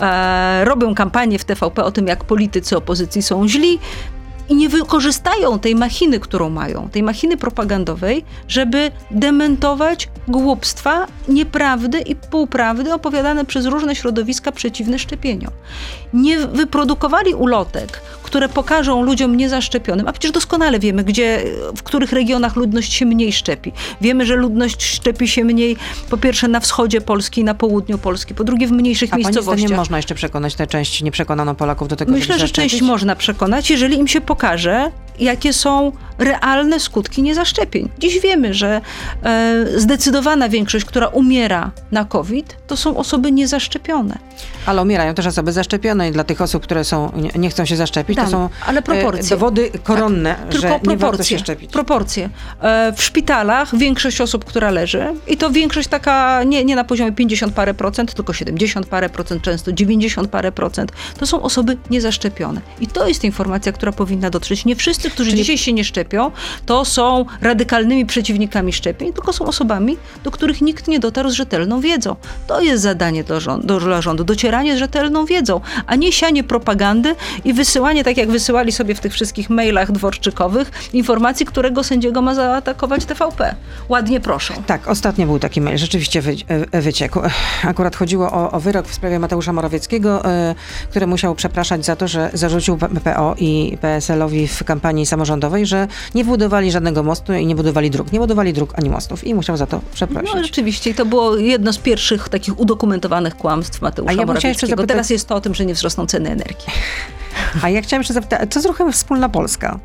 E, robią kampanię w T V P o tym, jak politycy opozycji są źli, i nie wykorzystają tej machiny, którą mają, tej machiny propagandowej, żeby dementować głupstwa, nieprawdy i półprawdy opowiadane przez różne środowiska przeciwne szczepieniom. Nie wyprodukowali ulotek, które pokażą ludziom niezaszczepionym, a przecież doskonale wiemy, gdzie, w których regionach ludność się mniej szczepi. Wiemy, że ludność szczepi się mniej, po pierwsze na wschodzie Polski, na południu Polski, po drugie w mniejszych a miejscowościach. A pani zdaniem można jeszcze przekonać tę część nieprzekonaną Polaków do tego, Myślę, żeby że zaszczepić? część można przekonać, jeżeli im się pokaże, jakie są realne skutki niezaszczepień. Dziś wiemy, że e, zdecydowana większość, która umiera na COVID, to są osoby niezaszczepione. Ale umierają też osoby zaszczepione i dla tych osób, które są, nie, nie chcą się zaszczepić, Tak, to są ale proporcje. e, dowody koronne, Tak, że tylko nie warto się proporcje, szczepić. proporcje. E, w szpitalach większość osób, która leży, i to większość taka nie, nie na poziomie pięćdziesiąt parę procent, tylko siedemdziesiąt parę procent, często dziewięćdziesiąt parę procent, to są osoby niezaszczepione. I to jest informacja, która powinna dotrzeć. Nie wszyscy, którzy Czyli... dzisiaj się nie szczepią, to są radykalnymi przeciwnikami szczepień, tylko są osobami, do których nikt nie dotarł z rzetelną wiedzą. To jest zadanie dla rządu, dla rządu, docieranie z rzetelną wiedzą, a nie sianie propagandy i wysyłanie, tak jak wysyłali sobie w tych wszystkich mailach dworczykowych, informacji, którego sędziego ma zaatakować T V P. Ładnie proszą. Tak, ostatnio był taki mail, rzeczywiście wy, wyciekł. Akurat chodziło o, o wyrok w sprawie Mateusza Morawieckiego, y, który musiał przepraszać za to, że zarzucił P O i P S L-owi w kampanii samorządowej, że nie budowali żadnego mostu i nie budowali dróg. Nie budowali dróg ani mostów i musiał za to przeprosić. No rzeczywiście, i to było jedno z pierwszych takich udokumentowanych kłamstw Mateusza ja Morawieckiego. zapytać... Teraz jest to o tym, że nie wzrosną ceny energii. A ja chciałam jeszcze zapytać, co z ruchem Wspólna Polska?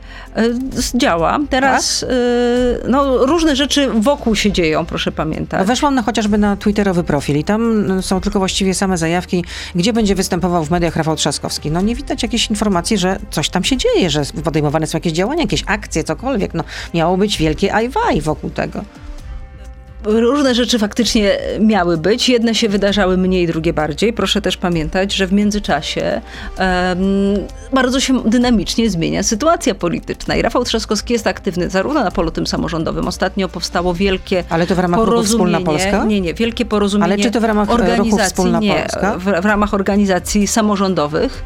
Działa. Teraz tak? y, no, różne rzeczy wokół się dzieją, proszę pamiętać. No weszłam na, chociażby na twitterowy profil i tam są tylko właściwie same zajawki, gdzie będzie występował w mediach Rafał Trzaskowski. No nie widać jakiejś informacji, że coś tam się dzieje, że podejmowane są jakieś działania, jakieś akcje, cokolwiek. No miało być wielkie ajwaj wokół tego. Różne rzeczy faktycznie miały być. Jedne się wydarzały mniej, drugie bardziej. Proszę też pamiętać, że w międzyczasie um, bardzo się dynamicznie zmienia sytuacja polityczna. I Rafał Trzaskowski jest aktywny zarówno na polu tym samorządowym. Ostatnio powstało wielkie Ale to w ramach ruchu Wspólna Polska? Nie, nie, wielkie porozumienie. Ale czy to w ramach ruchu Wspólna nie, Polska? W, w ramach organizacji samorządowych.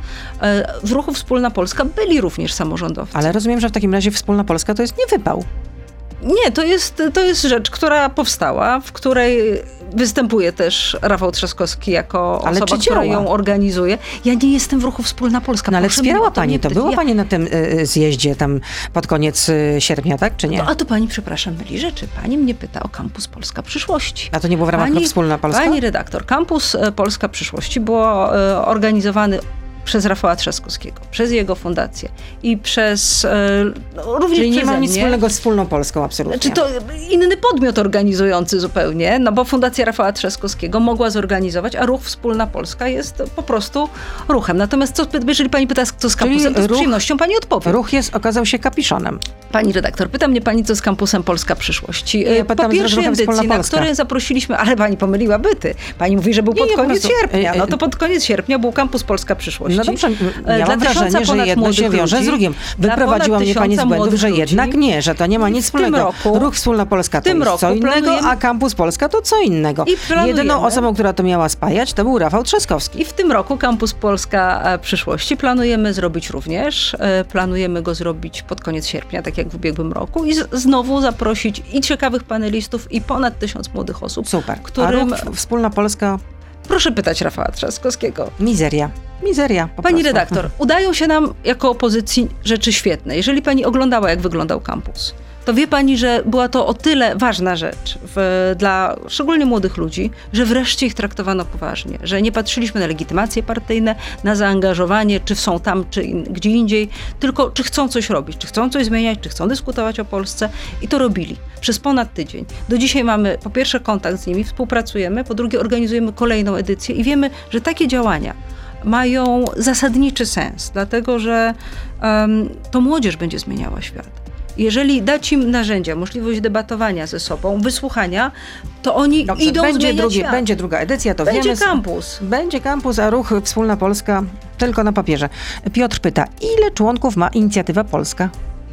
W ruchu Wspólna Polska byli również samorządowcy. Ale rozumiem, że w takim razie Wspólna Polska to jest nie wypał. Nie, to jest, to jest rzecz, która powstała, w której występuje też Rafał Trzaskowski jako ale osoba, która ją organizuje. Ja nie jestem w ruchu Wspólna Polska. No ale wspierała to pani, to była ja... pani na tym y, zjeździe tam pod koniec y, sierpnia, tak, czy nie? No a to pani, przepraszam, myli rzeczy. Pani mnie pyta o Kampus Polska Przyszłości. A to nie było w ramach pani, Wspólna Polska? Pani redaktor, Kampus Polska Przyszłości było y, organizowany przez Rafała Trzaskowskiego, przez jego fundację i przez no, również Czyli nie przeze ma nic mnie. wspólnego z Wspólną Polską, absolutnie. Czy to inny podmiot organizujący zupełnie, no bo Fundacja Rafała Trzaskowskiego mogła zorganizować, a ruch Wspólna Polska jest po prostu ruchem. Natomiast co, jeżeli pani pyta, co z kampusem, to z ruch, przyjemnością pani odpowie. Ruch jest, okazał się kapiszonem. Pani redaktor, pyta mnie pani, co z Kampusem Polska Przyszłości. Ja po pierwszej edycji, na której zaprosiliśmy, ale pani pomyliła byty. Pani mówi, że był nie, pod nie, koniec prostu, sierpnia. No to pod koniec sierpnia był Kampus Polska Przyszłości. No dobrze, ja mam wrażenie, że jedno się wiąże ludzi, z drugim. Wyprowadziła mnie pani z błędów, że jednak ludzi. nie, że to nie ma nic wspólnego. Roku, Ruch Wspólna Polska to jest co innego, a Kampus Polska to co innego. Jedyną osobą, która to miała spajać, to był Rafał Trzaskowski. I w tym roku Kampus Polska Przyszłości planujemy zrobić również. Planujemy go zrobić pod koniec sierpnia, tak jak w ubiegłym roku i z, znowu zaprosić i ciekawych panelistów, i ponad tysiąc młodych osób. Super. Którym... A ruch Wspólna Polska... Proszę pytać Rafała Trzaskowskiego. Mizeria. Mizeria. Po pani prostu. redaktor, udają się nam jako opozycji rzeczy świetne. Jeżeli pani oglądała, jak wyglądał kampus, to wie pani, że była to o tyle ważna rzecz w, dla szczególnie młodych ludzi, że wreszcie ich traktowano poważnie, że nie patrzyliśmy na legitymacje partyjne, na zaangażowanie, czy są tam, czy in, gdzie indziej, tylko czy chcą coś robić, czy chcą coś zmieniać, czy chcą dyskutować o Polsce, i to robili przez ponad tydzień. Do dzisiaj mamy po pierwsze kontakt z nimi, współpracujemy, po drugie organizujemy kolejną edycję i wiemy, że takie działania mają zasadniczy sens, dlatego że um, to młodzież będzie zmieniała świat. Jeżeli dać im narzędzia, możliwość debatowania ze sobą, wysłuchania, to oni Dobrze, idą będzie zmieniać drugi, świat. Będzie druga edycja, to będzie wiemy. Będzie kampus. Będzie kampus, a ruch Wspólna Polska tylko na papierze. Piotr pyta, ile członków ma Inicjatywa Polska?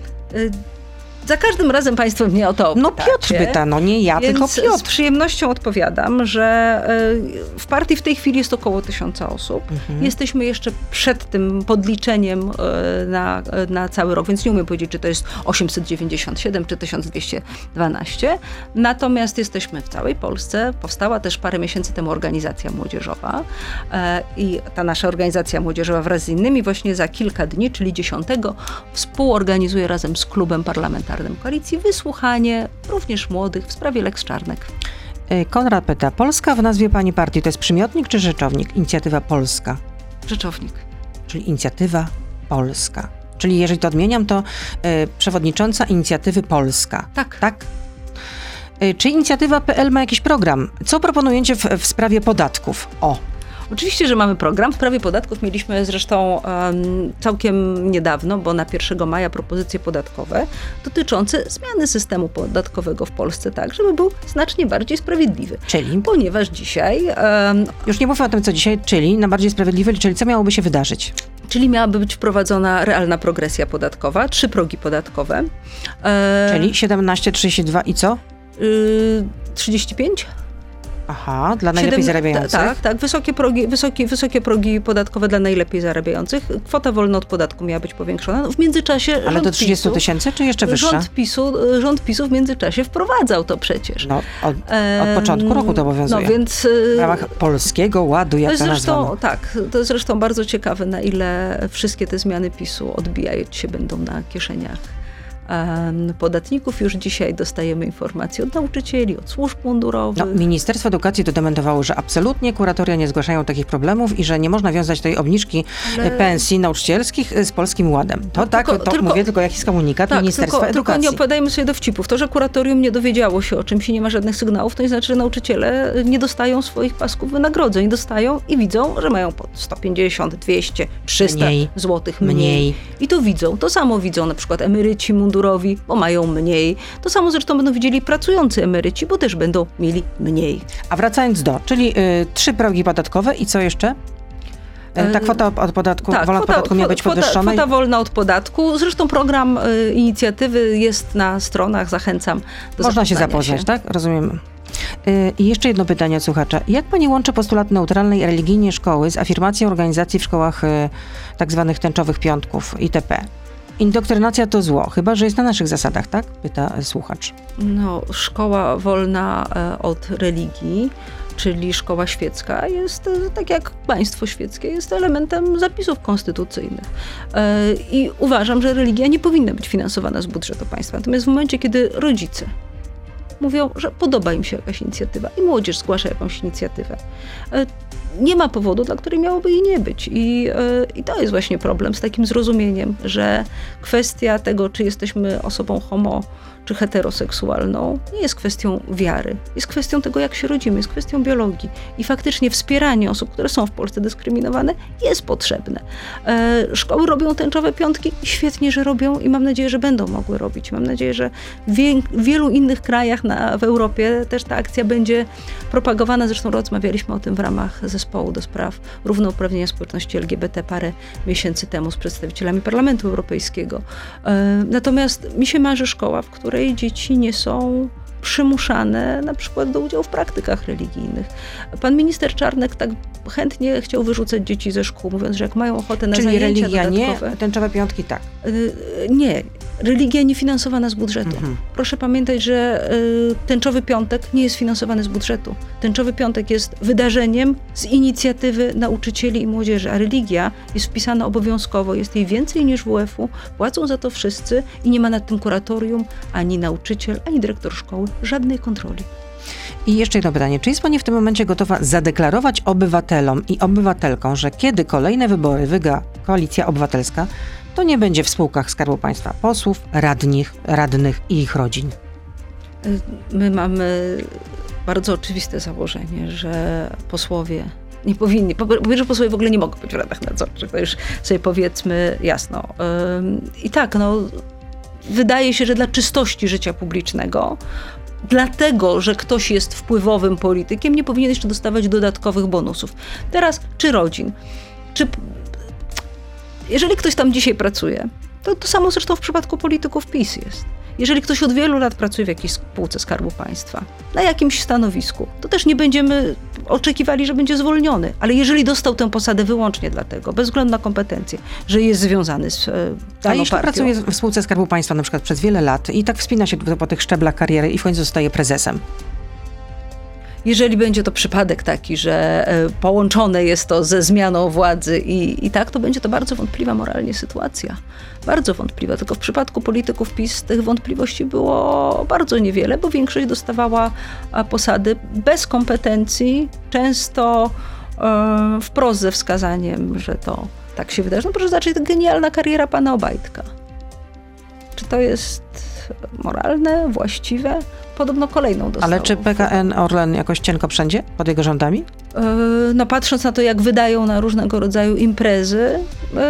Y- Za każdym razem państwo mnie o to No pytacie, Piotr pyta, no nie ja, więc tylko Piotr. z przyjemnością odpowiadam, że w partii w tej chwili jest około tysiąca osób. Mhm. Jesteśmy jeszcze przed tym podliczeniem na, na cały rok, więc nie umiem powiedzieć, czy to jest osiemset dziewięćdziesiąt siedem, czy tysiąc dwieście dwanaście. Natomiast jesteśmy w całej Polsce. Powstała też parę miesięcy temu organizacja młodzieżowa i ta nasza organizacja młodzieżowa wraz z innymi właśnie za kilka dni, czyli dziesiątego, współorganizuje razem z klubem parlamentarnym Koalicji wysłuchanie również młodych w sprawie Lex Czarnek. Konrad pyta, Polska w nazwie pani partii to jest przymiotnik czy rzeczownik? Inicjatywa Polska. Rzeczownik. Czyli Inicjatywa Polska. Czyli jeżeli to odmieniam, to y, przewodnicząca inicjatywy Polska. Tak. Tak? Y, czy inicjatywa P L ma jakiś program? Co proponujecie w, w sprawie podatków? O. Oczywiście, że mamy program. W sprawie podatków mieliśmy zresztą um, całkiem niedawno, bo na pierwszego maja propozycje podatkowe dotyczące zmiany systemu podatkowego w Polsce tak, żeby był znacznie bardziej sprawiedliwy. Czyli? Ponieważ dzisiaj... Um, Już nie mówię o tym, co dzisiaj, czyli na bardziej sprawiedliwy, czyli co miałoby się wydarzyć? Czyli miałaby być wprowadzona realna progresja podatkowa, trzy progi podatkowe. E, Czyli siedemnaście, trzydzieści dwa i co? y, trzydzieści pięć? Aha, dla najlepiej zarabiających. Tak, tak. Wysokie progi, wysokie, wysokie progi podatkowe dla najlepiej zarabiających. Kwota wolna od podatku miała być powiększona. No, w międzyczasie Ale do trzydziestu tysięcy, czy jeszcze wyższa? Rząd PiSu, rząd PiSu w międzyczasie wprowadzał to przecież. No, od, od początku roku to obowiązuje. No więc... W ramach Polskiego Ładu, jak to, to zresztą, nazwano. Tak, to jest zresztą bardzo ciekawe, na ile wszystkie te zmiany PiSu odbijać się będą na kieszeniach podatników. Już dzisiaj dostajemy informacje od nauczycieli, od służb mundurowych. No, Ministerstwo Edukacji to dementowało, że absolutnie kuratoria nie zgłaszają takich problemów i że nie można wiązać tej obniżki Ale... pensji nauczycielskich z Polskim Ładem. To no, tak, tylko, to tylko, mówię tylko jakiś komunikat tak, Ministerstwa tylko, Edukacji. Tylko nie opowiadajmy sobie dowcipów. To, że kuratorium nie dowiedziało się o czymś i nie ma żadnych sygnałów, to nie znaczy, że nauczyciele nie dostają swoich pasków wynagrodzeń. Dostają i widzą, że mają po sto pięćdziesiąt, dwieście, trzysta mniej. złotych mniej. mniej. I to widzą. To samo widzą na przykład emeryci mundurowi, bo mają mniej. To samo zresztą będą widzieli pracujący emeryci, bo też będą mieli mniej. A wracając do, czyli y, trzy progi podatkowe i co jeszcze? Y, ta kwota od podatku, tak, wolna od podatku miała być podwyższona. Kwota wolna od podatku. Zresztą program y, inicjatywy jest na stronach. Zachęcam do Można się zapoznania zapoznać, się. tak? Rozumiem. I jeszcze jedno pytanie od słuchacza. Jak pani łączy postulat neutralnej religijnie szkoły z afirmacją organizacji w szkołach y, tak zwanych tęczowych piątków itp.? Indokrynacja to zło, chyba że jest na naszych zasadach, tak? Pyta słuchacz. No, szkoła wolna od religii, czyli szkoła świecka, jest, tak jak państwo świeckie, jest elementem zapisów konstytucyjnych. I uważam, że religia nie powinna być finansowana z budżetu państwa. Natomiast w momencie, kiedy rodzice mówią, że podoba im się jakaś inicjatywa i młodzież zgłasza jakąś inicjatywę, nie ma powodu, dla której miałoby jej nie być. I, yy, I to jest właśnie problem z takim zrozumieniem, że kwestia tego, czy jesteśmy osobą homo, czy heteroseksualną, nie jest kwestią wiary. Jest kwestią tego, jak się rodzimy, jest kwestią biologii. I faktycznie wspieranie osób, które są w Polsce dyskryminowane, jest potrzebne. Yy, szkoły robią tęczowe piątki i świetnie, że robią i mam nadzieję, że będą mogły robić. Mam nadzieję, że w, wie, w wielu innych krajach na, w Europie też ta akcja będzie propagowana. Zresztą rozmawialiśmy o tym w ramach zespołu do spraw równouprawnienia społeczności L G B T parę miesięcy temu z przedstawicielami Parlamentu Europejskiego. Natomiast mi się marzy szkoła, w której dzieci nie są przymuszane na przykład do udziału w praktykach religijnych. Pan minister Czarnek tak chętnie chciał wyrzucać dzieci ze szkół, mówiąc, że jak mają ochotę na Czyli zajęcia religia dodatkowe... nie, tęczowe piątki tak. Yy, nie. Religia nie finansowana z budżetu. Mhm. Proszę pamiętać, że y, Tęczowy Piątek nie jest finansowany z budżetu. Tęczowy Piątek jest wydarzeniem z inicjatywy nauczycieli i młodzieży, a religia jest wpisana obowiązkowo. Jest jej więcej niż w W F u, płacą za to wszyscy i nie ma nad tym kuratorium, ani nauczyciel, ani dyrektor szkoły żadnej kontroli. I jeszcze jedno pytanie. Czy jest pani w tym momencie gotowa zadeklarować obywatelom i obywatelkom, że kiedy kolejne wybory wygra Koalicja Obywatelska, to nie będzie w spółkach Skarbu Państwa posłów, radnych, radnych i ich rodzin? My mamy bardzo oczywiste założenie, że posłowie nie powinni, po pierwsze posłowie w ogóle nie mogą być w radach nadzorczych, to już sobie powiedzmy jasno. I tak, no, wydaje się, że dla czystości życia publicznego, dlatego, że ktoś jest wpływowym politykiem, nie powinien jeszcze dostawać dodatkowych bonusów. Teraz, czy rodzin, czy... Jeżeli ktoś tam dzisiaj pracuje, to to samo zresztą w przypadku polityków PiS jest. Jeżeli ktoś od wielu lat pracuje w jakiejś spółce Skarbu Państwa, na jakimś stanowisku, to też nie będziemy oczekiwali, że będzie zwolniony. Ale jeżeli dostał tę posadę wyłącznie dlatego, bez względu na kompetencje, że jest związany z e, daną A jeśli partią. pracuje w spółce Skarbu Państwa na przykład przez wiele lat i tak wspina się po tych szczeblach kariery i w końcu zostaje prezesem? Jeżeli będzie to przypadek taki, że połączone jest to ze zmianą władzy i, i tak, to będzie to bardzo wątpliwa moralnie sytuacja. Bardzo wątpliwa. Tylko w przypadku polityków PiS tych wątpliwości było bardzo niewiele, bo większość dostawała posady bez kompetencji, często e, wprost ze wskazaniem, że to tak się wydarzy? No proszę zobaczyć, to genialna kariera pana Obajtka. Czy to jest moralne, właściwe? Podobno kolejną dostał. Ale czy P K N Orlen jakoś cienko wszędzie pod jego rządami? Yy, no patrząc na to, jak wydają na różnego rodzaju imprezy, yy,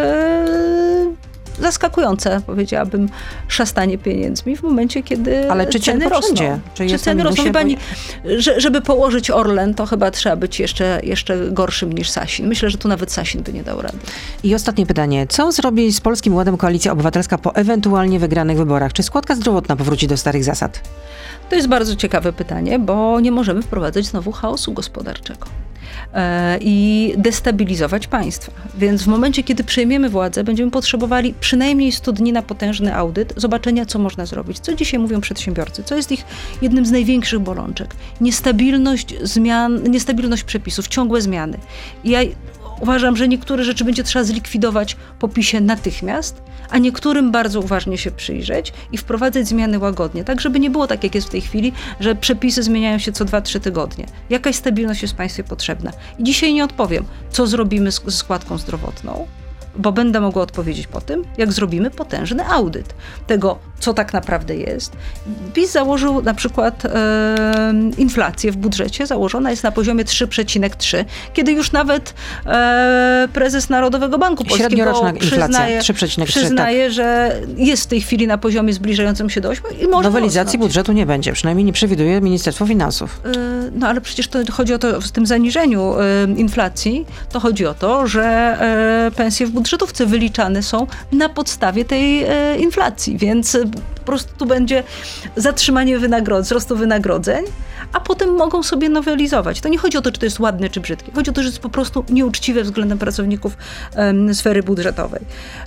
zaskakujące, powiedziałabym, szastanie pieniędzmi w momencie, kiedy Ale czy ceny cienko rosną. wszędzie? Czy, Czy jest ceny na rosną? minusie, Pani, bo- że, żeby położyć Orlen, to chyba trzeba być jeszcze, jeszcze gorszym niż Sasin. Myślę, że tu nawet Sasin by nie dał rady. I ostatnie pytanie. Co zrobi z Polskim Ładem Koalicja Obywatelska po ewentualnie wygranych wyborach? Czy składka zdrowotna powróci do starych zasad? To jest bardzo ciekawe pytanie, bo nie możemy wprowadzać znowu chaosu gospodarczego e, i destabilizować państwa. Więc w momencie, kiedy przejmiemy władzę, będziemy potrzebowali przynajmniej sto dni na potężny audyt, zobaczenia, co można zrobić. Co dzisiaj mówią przedsiębiorcy? Co jest ich jednym z największych bolączek? Niestabilność zmian, niestabilność przepisów, ciągłe zmiany. I ja uważam, że niektóre rzeczy będzie trzeba zlikwidować po PiSie natychmiast, a niektórym bardzo uważnie się przyjrzeć i wprowadzać zmiany łagodnie, tak żeby nie było tak, jak jest w tej chwili, że przepisy zmieniają się co dwa trzy tygodnie. Jakaś stabilność jest państwie potrzebna. I dzisiaj nie odpowiem, co zrobimy z, ze składką zdrowotną, bo będę mogła odpowiedzieć po tym, jak zrobimy potężny audyt tego, co tak naprawdę jest. PiS założył na przykład e, inflację w budżecie, założona jest na poziomie trzy przecinek trzy, kiedy już nawet e, prezes Narodowego Banku Polskiego Średnioroczna inflacja przyznaje, trzy przecinek trzy, przyznaje tak. że jest w tej chwili na poziomie zbliżającym się do ośmiu i może Nowelizacji rosnąć. budżetu nie będzie, przynajmniej nie przewiduje Ministerstwo Finansów. E, no ale przecież to chodzi o to, w tym zaniżeniu e, inflacji, to chodzi o to, że e, pensje w budżetówce wyliczane są na podstawie tej e, inflacji, więc e, po prostu tu będzie zatrzymanie wynagrodzeń, wzrostu wynagrodzeń, a potem mogą sobie nowelizować. To nie chodzi o to, czy to jest ładne, czy brzydkie. Chodzi o to, że jest po prostu nieuczciwe względem pracowników e, sfery budżetowej.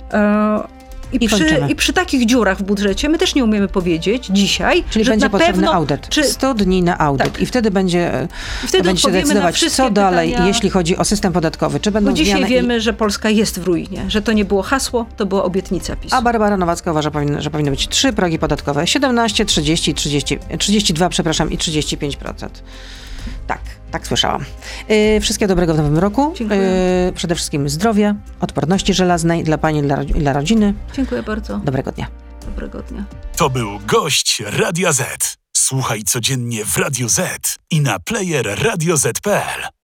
E, I, I przy, kończymy. I przy takich dziurach w budżecie my też nie umiemy powiedzieć dzisiaj, Czyli że będzie na potrzebny pewno, audyt. Czy, sto dni na audyt. Tak. I wtedy będzie, I wtedy będzie się odpowiemy na decydować, wszystkie co dalej, pytania. jeśli chodzi o system podatkowy. Czy będą Bo dzisiaj zmiany wiemy, że Polska jest w ruinie, że to nie było hasło, to była obietnica PiSu. A Barbara Nowacka uważa, że powinny być trzy progi podatkowe. siedemnaście, trzydzieści, trzydzieści, trzydzieści dwa, przepraszam, i trzydzieści pięć procent. Tak, tak słyszałam. Yy, wszystkiego dobrego w nowym roku. Dziękuję. Yy, przede wszystkim zdrowia, odporności żelaznej dla pani i dla, i dla rodziny. Dziękuję bardzo. Dobrego dnia. Dobrego dnia. To był gość Radia Z. Słuchaj codziennie w Radio Z i na player radio zet kropka pe el.